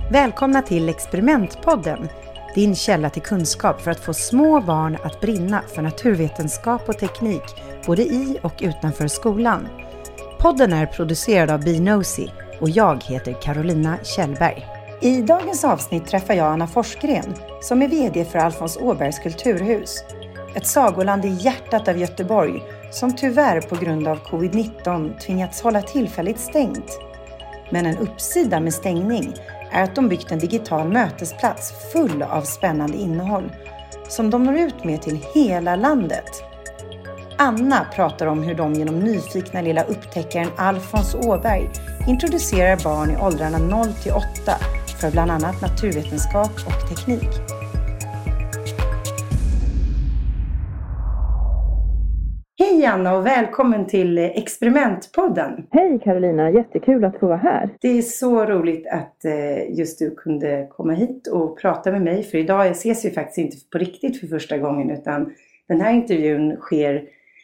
Välkomna till Experimentpodden, din källa till kunskap för att få små barn att brinna för naturvetenskap och teknik, både i och utanför skolan. Podden är producerad av Binosi och jag heter Carolina Kjellberg. I dagens avsnitt träffar jag Anna Forsgren som är vd för Alfons Åbergs kulturhus. Ett sagoland i hjärtat av Göteborg som tyvärr på grund av covid-19 tvingats hålla tillfälligt stängt. Men en uppsida med stängning är att de byggt en digital mötesplats full av spännande innehåll som de når ut med till hela landet. Anna pratar om hur de genom nyfikna lilla upptäckaren Alfons Åberg introducerar barn i åldrarna 0 till 8 för bland annat naturvetenskap och teknik. Hej Anna och välkommen till Experimentpodden. Hej Carolina, jättekul att få vara här. Det är så roligt att just du kunde komma hit och prata med mig. För idag ses vi faktiskt inte på riktigt för första gången, utan den här intervjun sker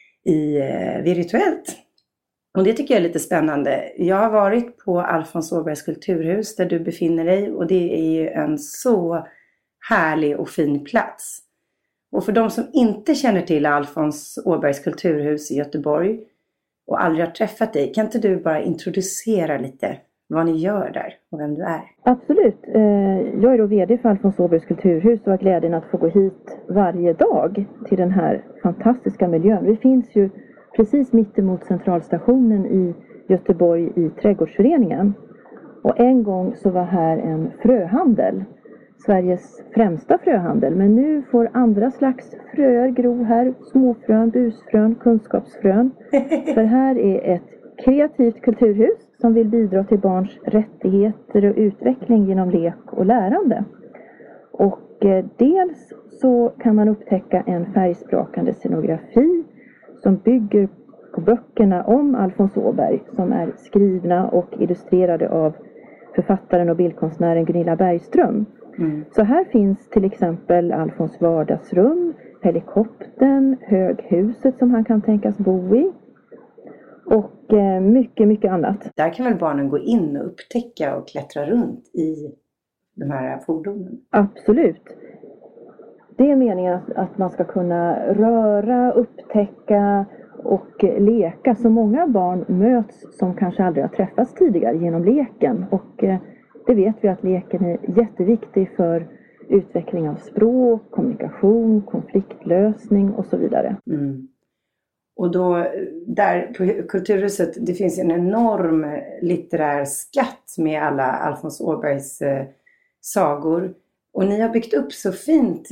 virtuellt. Och det tycker jag är lite spännande. Jag har varit på Alfons Åbergs kulturhus där du befinner dig, och det är ju en så härlig och fin plats. Och för de som inte känner till Alfons Åbergs kulturhus i Göteborg och aldrig har träffat dig, kan inte du bara introducera lite vad ni gör där och vem du är? Absolut. Jag är då vd för Alfons Åbergs kulturhus och har glädjen att få gå hit varje dag till den här fantastiska miljön. Vi finns ju precis mitt emot centralstationen i Göteborg i trädgårdsföreningen. Och en gång så var här en fröhandel. Sveriges främsta fröhandel, men nu får andra slags fröer gro här, småfrön, busfrön, kunskapsfrön. För här är ett kreativt kulturhus som vill bidra till barns rättigheter och utveckling genom lek och lärande. Och dels så kan man upptäcka en färgsprakande scenografi som bygger på böckerna om Alfons Åberg som är skrivna och illustrerade av författaren och bildkonstnären Gunilla Bergström. Så här finns till exempel Alfons vardagsrum, helikoptern, höghuset som han kan tänkas bo i och mycket, mycket annat. Där kan väl barnen gå in och upptäcka och klättra runt i de här fordonen? Absolut. Det är meningen att man ska kunna röra, upptäcka och leka. Så många barn möts som kanske aldrig har träffats tidigare genom leken. Och det vet vi att leken är jätteviktig för utveckling av språk, kommunikation, konfliktlösning och så vidare. Mm. Och då, där på Kulturhuset, det finns en enorm litterär skatt med alla Alfons Åbergs sagor. Och ni har byggt upp så fint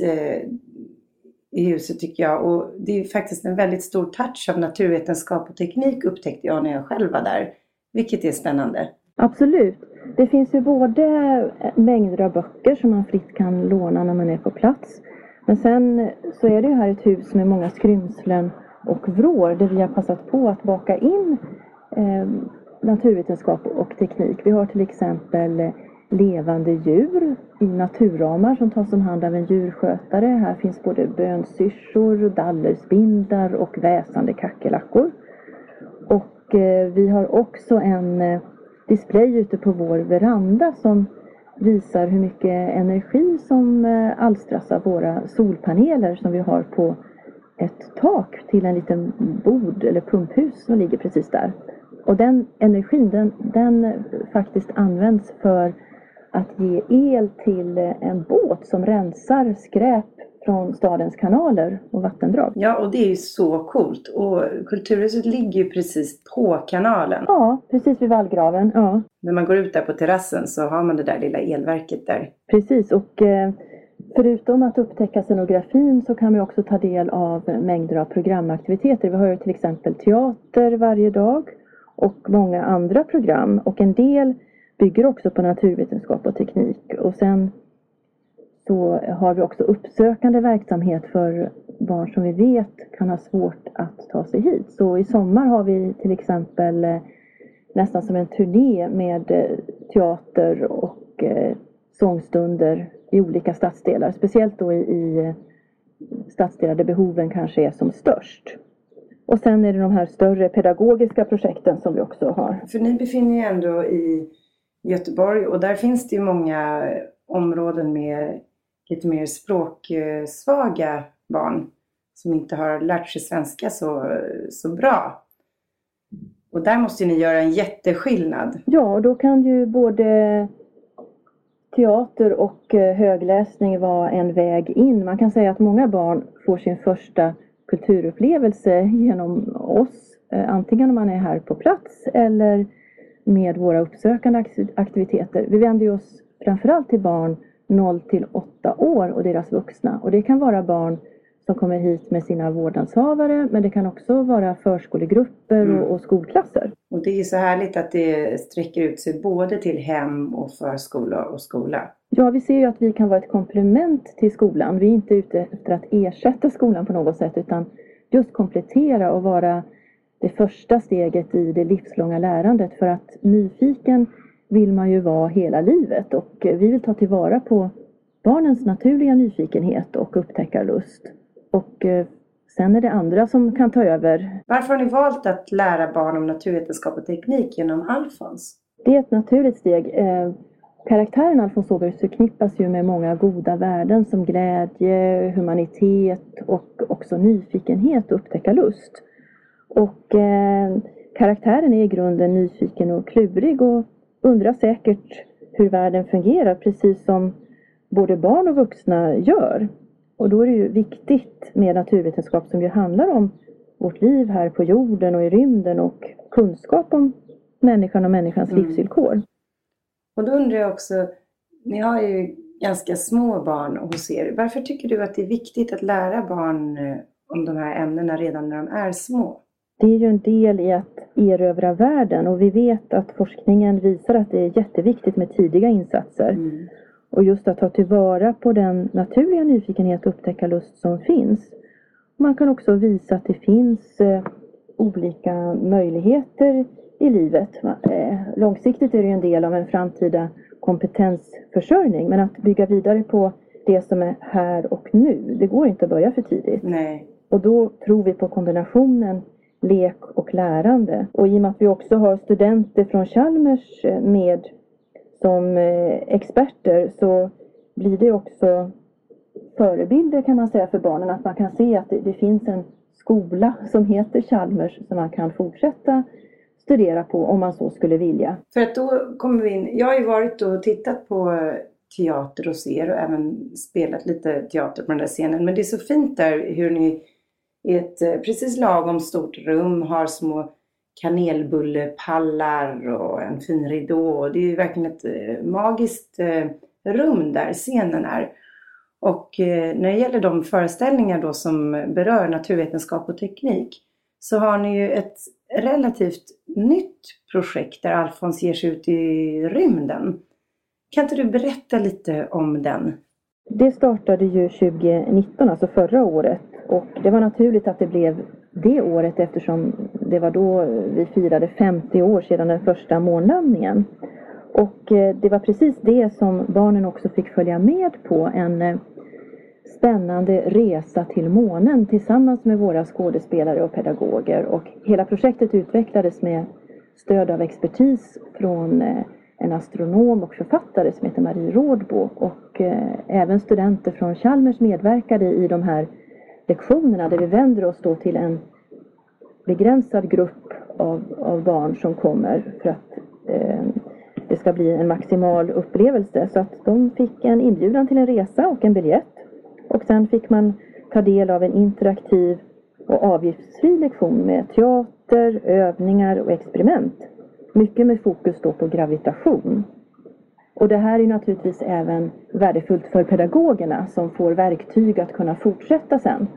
i huset tycker jag. Och det är faktiskt en väldigt stor touch av naturvetenskap och teknik upptäckte jag när jag själv var där. Vilket är spännande. Absolut. Det finns ju både mängder av böcker som man fritt kan låna när man är på plats. Men sen så är det ju här ett hus med många skrymslen och vrår där vi har passat på att baka in naturvetenskap och teknik. Vi har till exempel levande djur i naturramar som tas om hand av en djurskötare. Här finns både bönsyrsor, dallerspindlar och väsande kackerlackor. Och vi har också en display ute på vår veranda som visar hur mycket energi som alstras av våra solpaneler som vi har på ett tak till en liten bod eller pumphus som ligger precis där. Och den energin den faktiskt används för att ge el till en båt som rensar skräp från stadens kanaler och vattendrag. Ja, och det är ju så coolt. Och Kulturhuset ligger ju precis på kanalen. Ja, precis vid vallgraven. Ja. När man går ut där på terrassen så har man det där lilla elverket där. Precis, och förutom att upptäcka scenografin så kan vi också ta del av mängder av programaktiviteter. Vi har ju till exempel teater varje dag och många andra program. Och en del bygger också på naturvetenskap och teknik. Och sen så har vi också uppsökande verksamhet för barn som vi vet kan ha svårt att ta sig hit. Så i sommar har vi till exempel nästan som en turné med teater och sångstunder i olika stadsdelar. Speciellt då i stadsdelar där behoven kanske är som störst. Och sen är det de här större pedagogiska projekten som vi också har. För ni befinner er ändå Göteborg, och där finns det ju många områden med lite mer språksvaga barn som inte har lärt sig svenska så bra. Och där måste ni göra en jätteskillnad. Ja, och då kan ju både teater och högläsning vara en väg in. Man kan säga att många barn får sin första kulturupplevelse genom oss. Antingen om man är här på plats eller med våra uppsökande aktiviteter. Vi vänder oss framförallt till barn 0-8 år och deras vuxna. Och det kan vara barn som kommer hit med sina vårdnadshavare, men det kan också vara förskolegrupper och skolklasser. Och det är så härligt att det sträcker ut sig både till hem och förskola och skola. Ja, vi ser ju att vi kan vara ett komplement till skolan. Vi är inte ute efter att ersätta skolan på något sätt, utan just komplettera och vara det första steget i det livslånga lärandet. För att nyfiken vill man ju vara hela livet, och vi vill ta tillvara på barnens naturliga nyfikenhet och upptäckarlust. Och sen är det andra som kan ta över. Varför har ni valt att lära barn om naturvetenskap och teknik genom Alfons? Det är ett naturligt steg. Karaktären Alfons Åberg förknippas ju med många goda värden som glädje, humanitet och också nyfikenhet och upptäckarlust. Och karaktären är i grunden nyfiken och klurig och undrar säkert hur världen fungerar, precis som både barn och vuxna gör. Och då är det ju viktigt med naturvetenskap som ju handlar om vårt liv här på jorden och i rymden och kunskap om människan och människans livsvillkor. Och då undrar jag också, ni har ju ganska små barn hos er. Varför tycker du att det är viktigt att lära barn om de här ämnena redan när de är små? Det är ju en del i att erövra världen, och vi vet att forskningen visar att det är jätteviktigt med tidiga insatser. Och just att ta tillvara på den naturliga nyfikenhet och upptäckarlust som finns. Man kan också visa att det finns olika möjligheter i livet. Långsiktigt är det ju en del av en framtida kompetensförsörjning. Men att bygga vidare på det som är här och nu, det går inte att börja för tidigt. Nej. Och då tror vi på kombinationen lek och lärande. Och i och med att vi också har studenter från Chalmers med som experter, så blir det också förebilder, kan man säga, för barnen. Att man kan se att det finns en skola som heter Chalmers som man kan fortsätta studera på om man så skulle vilja. För att då kommer vi in, jag har ju varit och tittat på teater hos er och även spelat lite teater på den där scenen. Men det är så fint där hur ni i ett precis lagom stort rum har små kanelbullepallar och en fin ridå. Det är ju verkligen ett magiskt rum där scenen är. Och när det gäller de föreställningar då som berör naturvetenskap och teknik, så har ni ju ett relativt nytt projekt där Alfons ger sig ut i rymden. Kan inte du berätta lite om den? Det startade ju 2019, alltså förra året. Och det var naturligt att det blev det året, eftersom det var då vi firade 50 år sedan den första månlandningen. Och det var precis det som barnen också fick följa med på, en spännande resa till månen tillsammans med våra skådespelare och pedagoger. Och hela projektet utvecklades med stöd av expertis från en astronom och författare som heter Marie Rådbo. Och även studenter från Chalmers medverkade i de här lektionerna, där vi vänder oss då till en begränsad grupp av barn som kommer för att det ska bli en maximal upplevelse. Så att de fick en inbjudan till en resa och en biljett. Och sen fick man ta del av en interaktiv och avgiftsfri lektion med teater, övningar och experiment. Mycket med fokus då på gravitation. Och det här är naturligtvis även värdefullt för pedagogerna som får verktyg att kunna fortsätta sen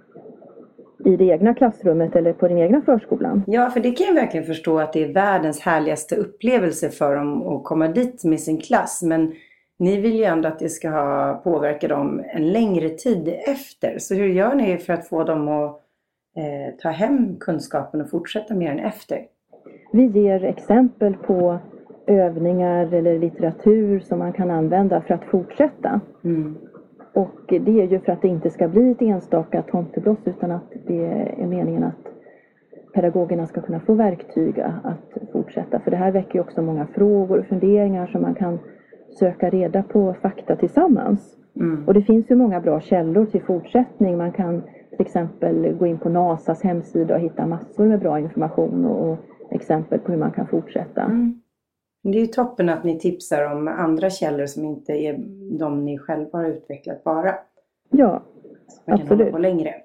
i det egna klassrummet eller på den egna förskolan. Ja, för det kan jag verkligen förstå att det är världens härligaste upplevelse för dem att komma dit med sin klass. Men ni vill ju ändå att det ska påverka dem en längre tid efter. Så hur gör ni för att få dem att ta hem kunskapen och fortsätta med den efter? Vi ger exempel på övningar eller litteratur som man kan använda för att fortsätta. Och det är ju för att det inte ska bli ett enstaka tomtebloss, utan att det är meningen att pedagogerna ska kunna få verktyg att fortsätta. För det här väcker ju också många frågor och funderingar som man kan söka reda på fakta tillsammans. Och det finns ju många bra källor till fortsättning. Man kan till exempel gå in på NASAs hemsida och hitta massor med bra information och exempel på hur man kan fortsätta. Det är ju toppen att ni tipsar om andra källor som inte är de ni själva har utvecklat bara. Ja, man kan absolut. hålla på längre.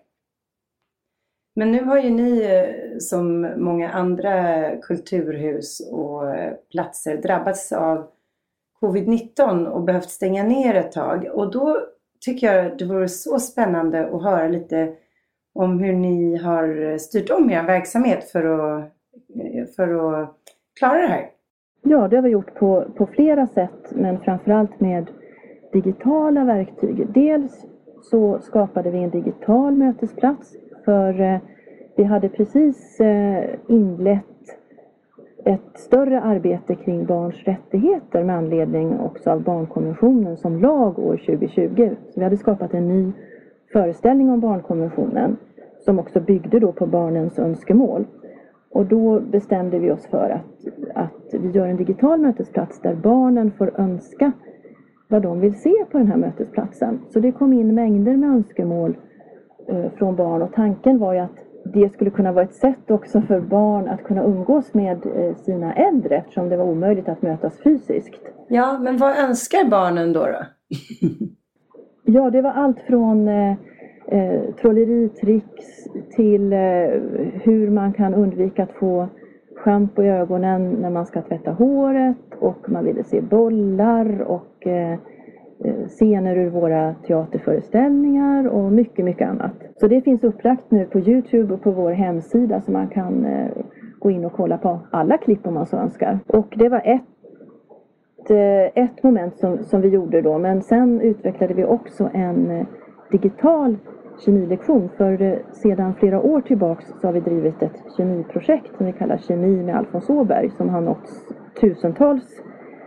Men nu har ju ni som många andra kulturhus och platser drabbats av covid-19 och behövt stänga ner ett tag. Och då tycker jag det vore så spännande att höra lite om hur ni har styrt om er verksamhet för att klara det här. Ja, det har vi gjort på flera sätt, men framförallt med digitala verktyg. Dels så skapade vi en digital mötesplats för vi hade precis inlett ett större arbete kring barns rättigheter med anledning också av barnkonventionen som lag år 2020. Så vi hade skapat en ny föreställning om barnkonventionen som också byggde då på barnens önskemål. Och då bestämde vi oss för att vi gör en digital mötesplats där barnen får önska vad de vill se på den här mötesplatsen. Så det kom in mängder med önskemål från barn och tanken var ju att det skulle kunna vara ett sätt också för barn att kunna umgås med sina äldre eftersom det var omöjligt att mötas fysiskt. Ja, men vad önskar barnen då? Ja, det var allt från trolleritricks till hur man kan undvika att få schampo i ögonen när man ska tvätta håret och man ville se bollar och scener ur våra teaterföreställningar och mycket, mycket annat. Så det finns upplagt nu på YouTube och på vår hemsida så man kan gå in och kolla på alla klipp om man så önskar. Och det var ett moment som vi gjorde då, men sen utvecklade vi också en digital kemilektion. För sedan flera år tillbaks så har vi drivit ett kemiprojekt som vi kallar Kemi med Alfons Åberg som har nått tusentals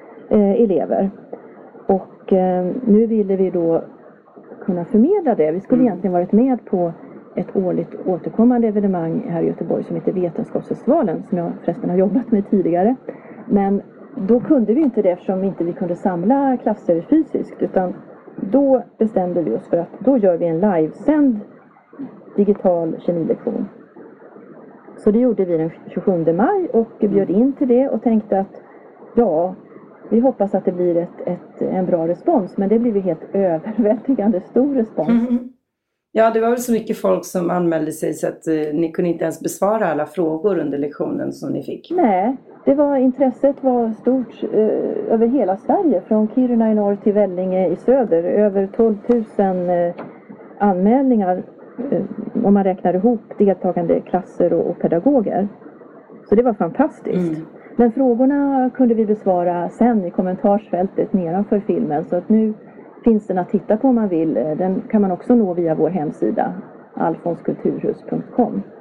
elever. Och nu ville vi då kunna förmedla det. Vi skulle egentligen varit med på ett årligt återkommande evenemang här i Göteborg som heter Vetenskapsfestivalen som jag förresten har jobbat med tidigare. Men då kunde vi inte det eftersom inte vi kunde samla klasser fysiskt utan då bestämde vi oss för att då gör vi en livesänd digital kemilektion. Så det gjorde vi den 27 maj och bjöd in till det och tänkte att ja, vi hoppas att det blir en bra respons, men det blev ju helt överväldigande stor respons. Ja, det var väl så mycket folk som anmälde sig så att ni kunde inte ens besvara alla frågor under lektionen som ni fick. Nej, intresset var stort över hela Sverige, från Kiruna i norr till Vellinge i söder. Över 12 000 anmälningar om man räknar ihop deltagande klasser och pedagoger. Så det var fantastiskt. Men frågorna kunde vi besvara sen i kommentarsfältet nedanför filmen. Så att nu finns den att titta på om man vill. Den kan man också nå via vår hemsida alfonskulturhus.com.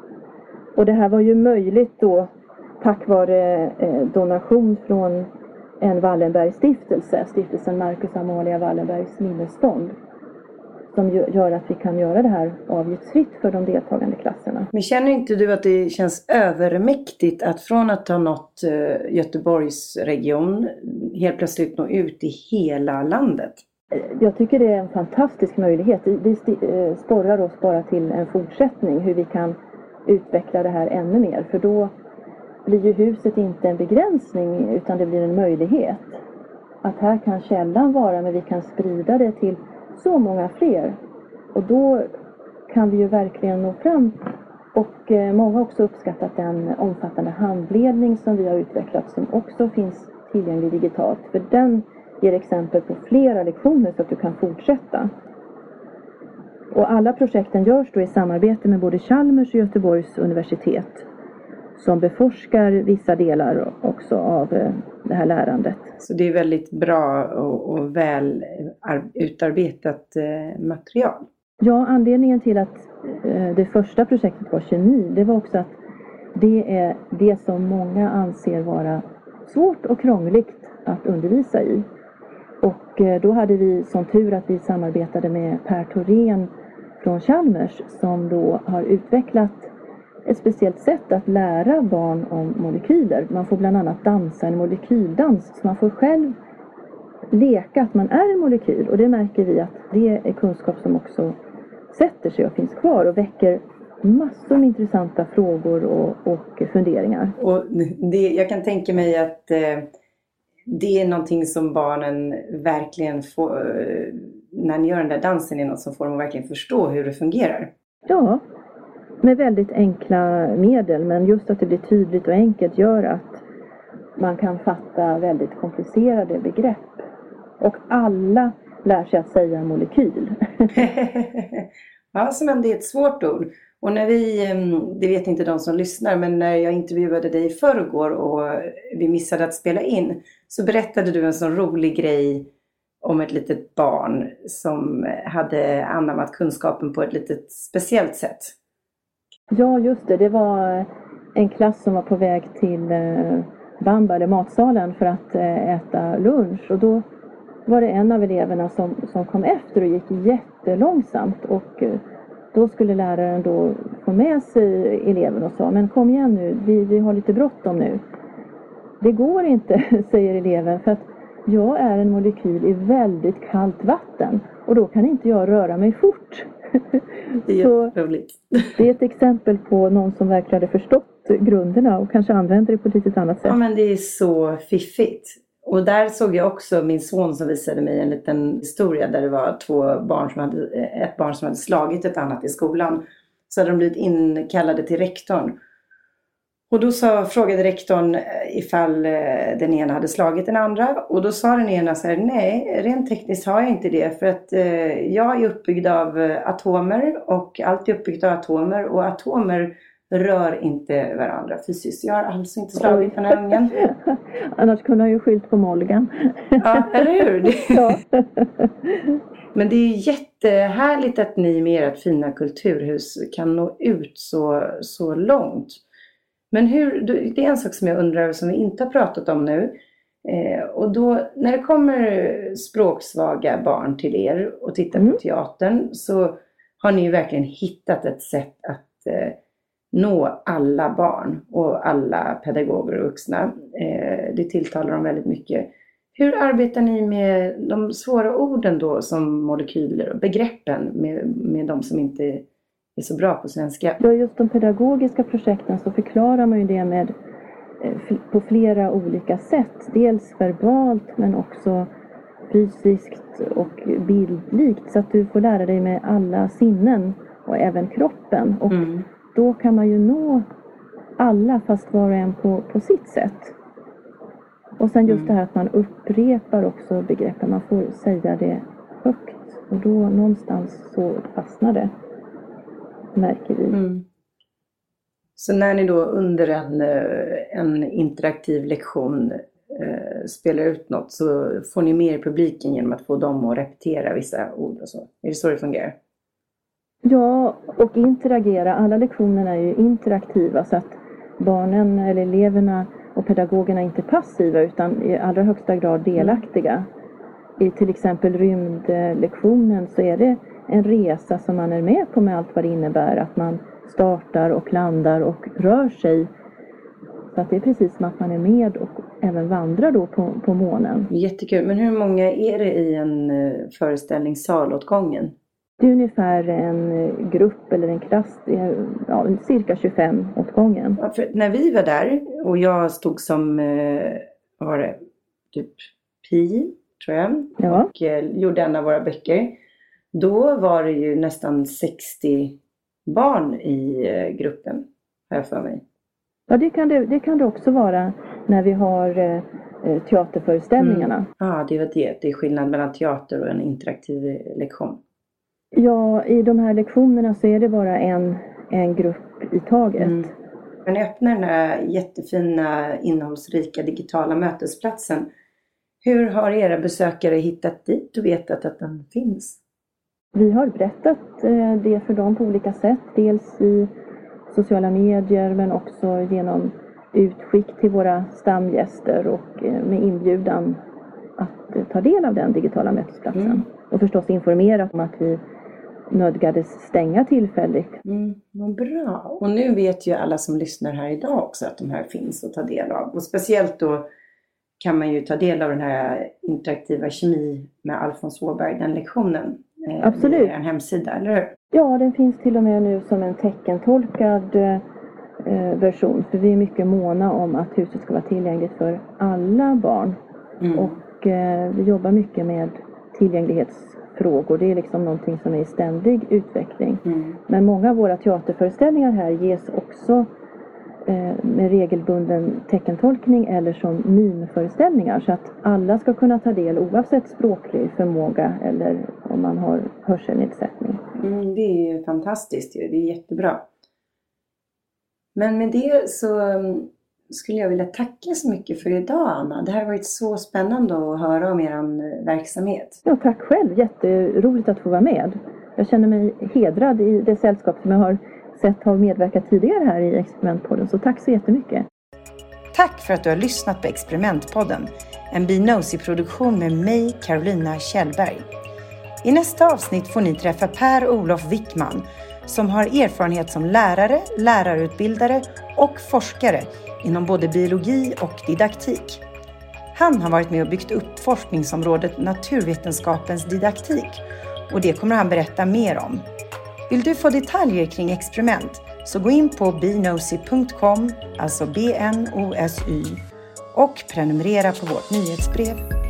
Och det här var ju möjligt då tack vare donation från en Wallenberg-stiftelse. Stiftelsen Marcus Amalia Wallenbergs minnesfond. Som gör att vi kan göra det här avgiftsfritt för de deltagande klasserna. Men känner inte du att det känns övermäktigt att från att ha nått Göteborgsregion helt plötsligt nå ut i hela landet? Jag tycker det är en fantastisk möjlighet. Det sporrar oss bara till en fortsättning hur vi kan utveckla det här ännu mer. För då blir ju huset inte en begränsning utan det blir en möjlighet. Att här kan källan vara men vi kan sprida det till så många fler. Och då kan vi ju verkligen nå fram. Och många har också uppskattat den omfattande handledning som vi har utvecklat som också finns tillgänglig digitalt. För den ger exempel på flera lektioner så att du kan fortsätta. Och alla projekten görs då i samarbete med både Chalmers och Göteborgs universitet. Som beforskar vissa delar också av det här lärandet. Så det är väldigt bra och väl utarbetat material. Ja, anledningen till att det första projektet var kemi, det var också att det är det som många anser vara svårt och krångligt att undervisa i. Och då hade vi som tur att vi samarbetade med Per Thorén från Chalmers som då har utvecklat ett speciellt sätt att lära barn om molekyler. Man får bland annat dansa en molekyldans. Så man får själv leka att man är en molekyl. Och det märker vi att det är kunskap som också sätter sig och finns kvar och väcker massor med intressanta frågor och funderingar. Och jag kan tänka mig att det är någonting som barnen verkligen får, när ni gör den där dansen, är något som får dem att verkligen förstå hur det fungerar. Ja, med väldigt enkla medel, men just att det blir tydligt och enkelt gör att man kan fatta väldigt komplicerade begrepp. Och alla lär sig att säga molekyl. Ja, men det är ett svårt ord. Och när det vet inte de som lyssnar, men när jag intervjuade dig i förrgår och vi missade att spela in, så berättade du en sån rolig grej om ett litet barn som hade anammat kunskapen på ett litet speciellt sätt. Ja, just det. Det var en klass som var på väg till Bamba, eller matsalen, för att äta lunch. Och då var det en av eleverna som kom efter och gick jättelångsamt. Och då skulle läraren då få med sig eleven och sa: men kom igen nu, vi har lite bråttom nu. Det går inte, säger eleven, för att jag är en molekyl i väldigt kallt vatten. Och då kan inte jag röra mig fort. Det är roligt. Det är ett exempel på någon som verkligen hade förstått grunderna och kanske använder det på ett litet annat sätt. Ja, men det är så fiffigt. Och där såg jag också min son som visade mig en liten historia där det var ett barn som hade slagit ett annat i skolan. Så hade de blivit inkallade till rektorn. Och då frågade rektorn ifall den ena hade slagit den andra. Och då sa den ena så här: nej, rent tekniskt har jag inte det. För att jag är uppbyggd av atomer och allt är uppbyggt av atomer. Och atomer rör inte varandra fysiskt. Jag har alltså inte slagit den här ungen. Annars kunde han ju skyllt på Molgan. Ja, eller hur? Ja. Men det är jättehärligt att ni med ert fina kulturhus kan nå ut så långt. Men det är en sak som jag undrar som vi inte har pratat om nu. Och då när det kommer språksvaga barn till er och tittar på teatern, så har ni ju verkligen hittat ett sätt att nå alla barn och alla pedagoger och vuxna. Det tilltalar dem väldigt mycket. Hur arbetar ni med de svåra orden då, som molekyler och begreppen med de som inte är så bra på svenska? Ja, just de pedagogiska projekten så förklarar man ju det på flera olika sätt. Dels verbalt men också fysiskt och bildlikt, så att du får lära dig med alla sinnen och även kroppen. Och då kan man ju nå alla, fast var och en på sitt sätt. Och sen just det här att man upprepar också begreppen. Man får säga det högt. Och då någonstans så fastnar det, märker vi. Så när ni då under en interaktiv lektion spelar ut något, så får ni mer i publiken genom att få dem att repetera vissa ord och så? Är det så det fungerar? Ja, och interagera. Alla lektionerna är ju interaktiva, så att barnen eller eleverna och pedagogerna är inte passiva utan i allra högsta grad delaktiga. I till exempel rymdlektionen så är det en resa som man är med på, med allt vad det innebär. Att man startar och landar och rör sig. Så att det är precis som att man är med och även vandrar då på månen. Jättekul. Men hur många är det i en föreställningssal åt gången? Det är ungefär en grupp eller en klass, cirka 25 åt gången. Ja, för när vi var där och jag stod som, vad var det, typ Pi, tror jag. Ja. Och gjorde en av våra böcker. Då var det ju nästan 60 barn i gruppen, har jag för mig. Ja, det kan det också vara när vi har teaterföreställningarna. Ja, det var det. Det är skillnad mellan teater och en interaktiv lektion. Ja, i de här lektionerna så är det bara en grupp i taget. När ni öppnar den här jättefina, innehållsrika digitala mötesplatsen, hur har era besökare hittat dit och vetat att den finns? Vi har berättat det för dem på olika sätt. Dels i sociala medier men också genom utskick till våra stamgäster och med inbjudan att ta del av den digitala mötesplatsen. Och förstås informera om att vi nödgades stänga tillfälligt. Vad bra. Och nu vet ju alla som lyssnar här idag också att de här finns att ta del av. Och speciellt då kan man ju ta del av den här interaktiva kemi med Alfons Åberg, den lektionen. Absolut. På en hemsida, eller hur? Ja, den finns till och med nu som en teckentolkad version. För vi är mycket måna om att huset ska vara tillgängligt för alla barn. Och vi jobbar mycket med tillgänglighetsfrågor. Det är liksom någonting som är i ständig utveckling. Men många av våra teaterföreställningar här ges också med regelbunden teckentolkning eller som mimföreställningar. Så att alla ska kunna ta del oavsett språklig förmåga eller om man har hörselnedsättning. Det är ju fantastiskt. Det är jättebra. Men med det så skulle jag vilja tacka så mycket för idag, Anna. Det här har varit så spännande att höra om er verksamhet. Ja, tack själv. Jätteroligt att få vara med. Jag känner mig hedrad i det sällskap som jag har sett har medverkat tidigare här i Experimentpodden. Så tack så jättemycket. Tack för att du har lyssnat på Experimentpodden. En Be Nosy-produktion med mig, Carolina Kjellberg. I nästa avsnitt får ni träffa Per-Olof Wickman som har erfarenhet som lärare, lärarutbildare och forskare inom både biologi och didaktik. Han har varit med och byggt upp forskningsområdet naturvetenskapens didaktik och det kommer han berätta mer om. Vill du få detaljer kring experiment så gå in på benosy.com, alltså BNOSY, och prenumerera på vårt nyhetsbrev.